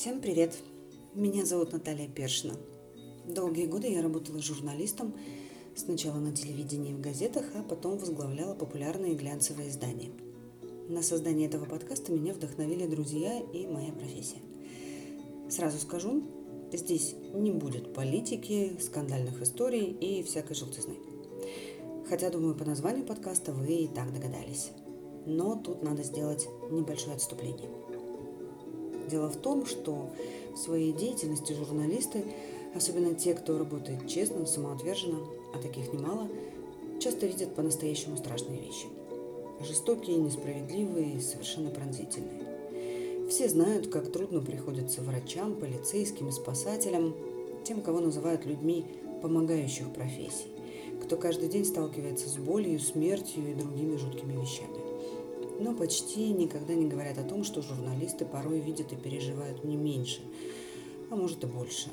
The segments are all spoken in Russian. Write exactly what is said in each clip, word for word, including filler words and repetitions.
Всем привет! Меня зовут Наталья Першина. Долгие годы я работала журналистом, сначала на телевидении и в газетах, а потом возглавляла популярные глянцевые издания. На создание этого подкаста меня вдохновили друзья и моя профессия. Сразу скажу, здесь не будет политики, скандальных историй и всякой желтизны. Хотя, думаю, по названию подкаста вы и так догадались. Но тут надо сделать небольшое отступление. Дело в том, что в своей деятельности журналисты, особенно те, кто работает честно, самоотверженно, а таких немало, часто видят по-настоящему страшные вещи. Жестокие, несправедливые, совершенно пронзительные. Все знают, как трудно приходится врачам, полицейским и спасателям, тем, кого называют людьми помогающих профессий, кто каждый день сталкивается с болью, смертью и другими жуткими вещами. Но почти никогда не говорят о том, что журналисты порой видят и переживают не меньше, а может и больше.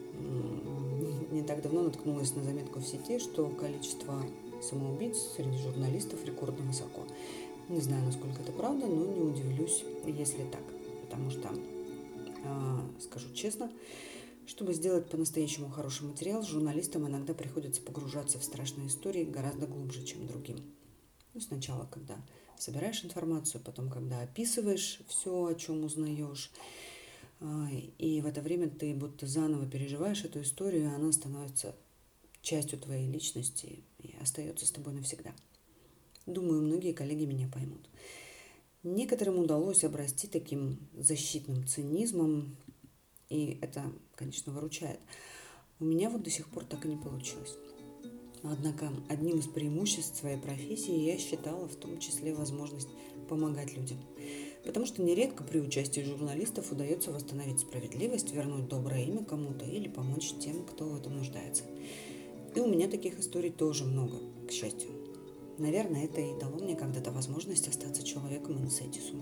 Не так давно наткнулась на заметку в сети, что количество самоубийц среди журналистов рекордно высоко. Не знаю, насколько это правда, но не удивлюсь, если так. Потому что, скажу честно, чтобы сделать по-настоящему хороший материал, журналистам иногда приходится погружаться в страшные истории гораздо глубже, чем другим. Ну, сначала, когда собираешь информацию, потом, когда описываешь все, о чем узнаешь. И в это время ты будто заново переживаешь эту историю, и она становится частью твоей личности и остается с тобой навсегда. Думаю, многие коллеги меня поймут. Некоторым удалось обрасти таким защитным цинизмом, и это, конечно, выручает. У меня вот до сих пор так и не получилось. Однако одним из преимуществ своей профессии я считала в том числе возможность помогать людям. Потому что нередко при участии журналистов удается восстановить справедливость, вернуть доброе имя кому-то или помочь тем, кто в этом нуждается. И у меня таких историй тоже много, к счастью. Наверное, это и дало мне когда-то возможность остаться человеком и не сойти с ума.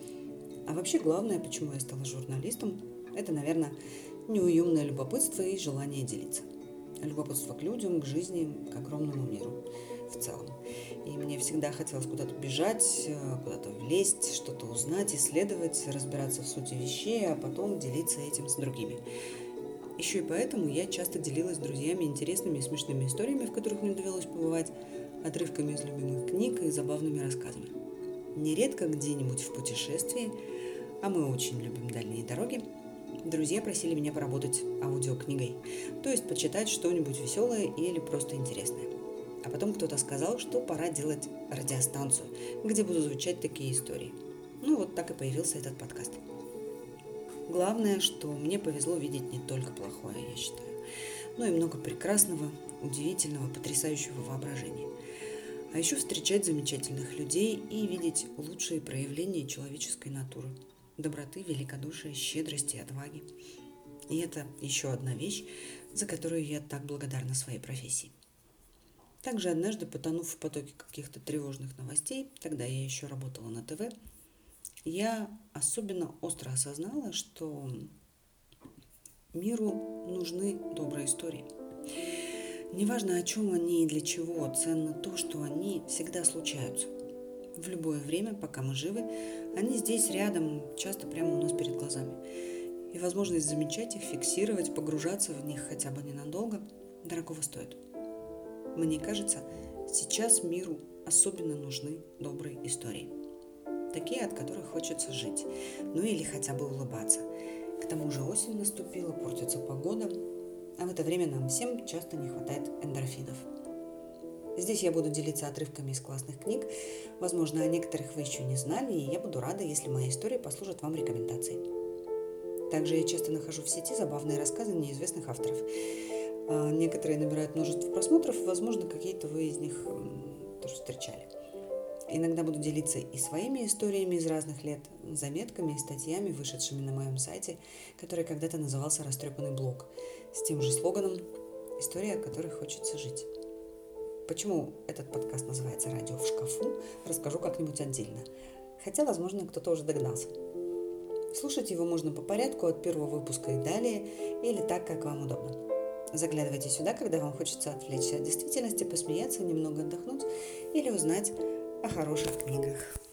А вообще главное, почему я стала журналистом, это, наверное, неуемное любопытство и желание делиться. Любопытство к людям, к жизни, к огромному миру в целом. И мне всегда хотелось куда-то бежать, куда-то влезть, что-то узнать, исследовать, разбираться в сути вещей, а потом делиться этим с другими. Еще и поэтому я часто делилась с друзьями интересными и смешными историями, в которых мне довелось побывать, отрывками из любимых книг и забавными рассказами. Нередко где-нибудь в путешествии, а мы очень любим дальние дороги, друзья просили меня поработать аудиокнигой, то есть почитать что-нибудь веселое или просто интересное. А потом кто-то сказал, что пора делать радиостанцию, где будут звучать такие истории. Ну вот так и появился этот подкаст. Главное, что мне повезло видеть не только плохое, я считаю, но и много прекрасного, удивительного, потрясающего воображения. А еще встречать замечательных людей и видеть лучшие проявления человеческой натуры. Доброты, великодушия, щедрости и отваги. И это еще одна вещь, за которую я так благодарна своей профессии. Также однажды, потонув в потоке каких-то тревожных новостей, тогда я еще работала на ТВ, я особенно остро осознала, что миру нужны добрые истории. Неважно, о чем они и для чего, ценно то, что они всегда случаются. В любое время, пока мы живы, они здесь рядом, часто прямо у нас перед глазами. И возможность замечать их, фиксировать, погружаться в них хотя бы ненадолго, дорогого стоит. Мне кажется, сейчас миру особенно нужны добрые истории. Такие, от которых хочется жить, ну или хотя бы улыбаться. К тому же осень наступила, портится погода, а в это время нам всем часто не хватает эндорфинов. Здесь я буду делиться отрывками из классных книг. Возможно, о некоторых вы еще не знали, и я буду рада, если моя история послужит вам рекомендацией. Также я часто нахожу в сети забавные рассказы неизвестных авторов. Некоторые набирают множество просмотров, возможно, какие-то вы из них тоже встречали. Иногда буду делиться и своими историями из разных лет, заметками и статьями, вышедшими на моем сайте, который когда-то назывался «Растрепанный блог», с тем же слоганом «История, о которой хочется жить». Почему этот подкаст называется «Радио в шкафу», расскажу как-нибудь отдельно. Хотя, возможно, кто-то уже догадался. Слушать его можно по порядку от первого выпуска и далее, или так, как вам удобно. Заглядывайте сюда, когда вам хочется отвлечься от действительности, посмеяться, немного отдохнуть или узнать о хороших книгах.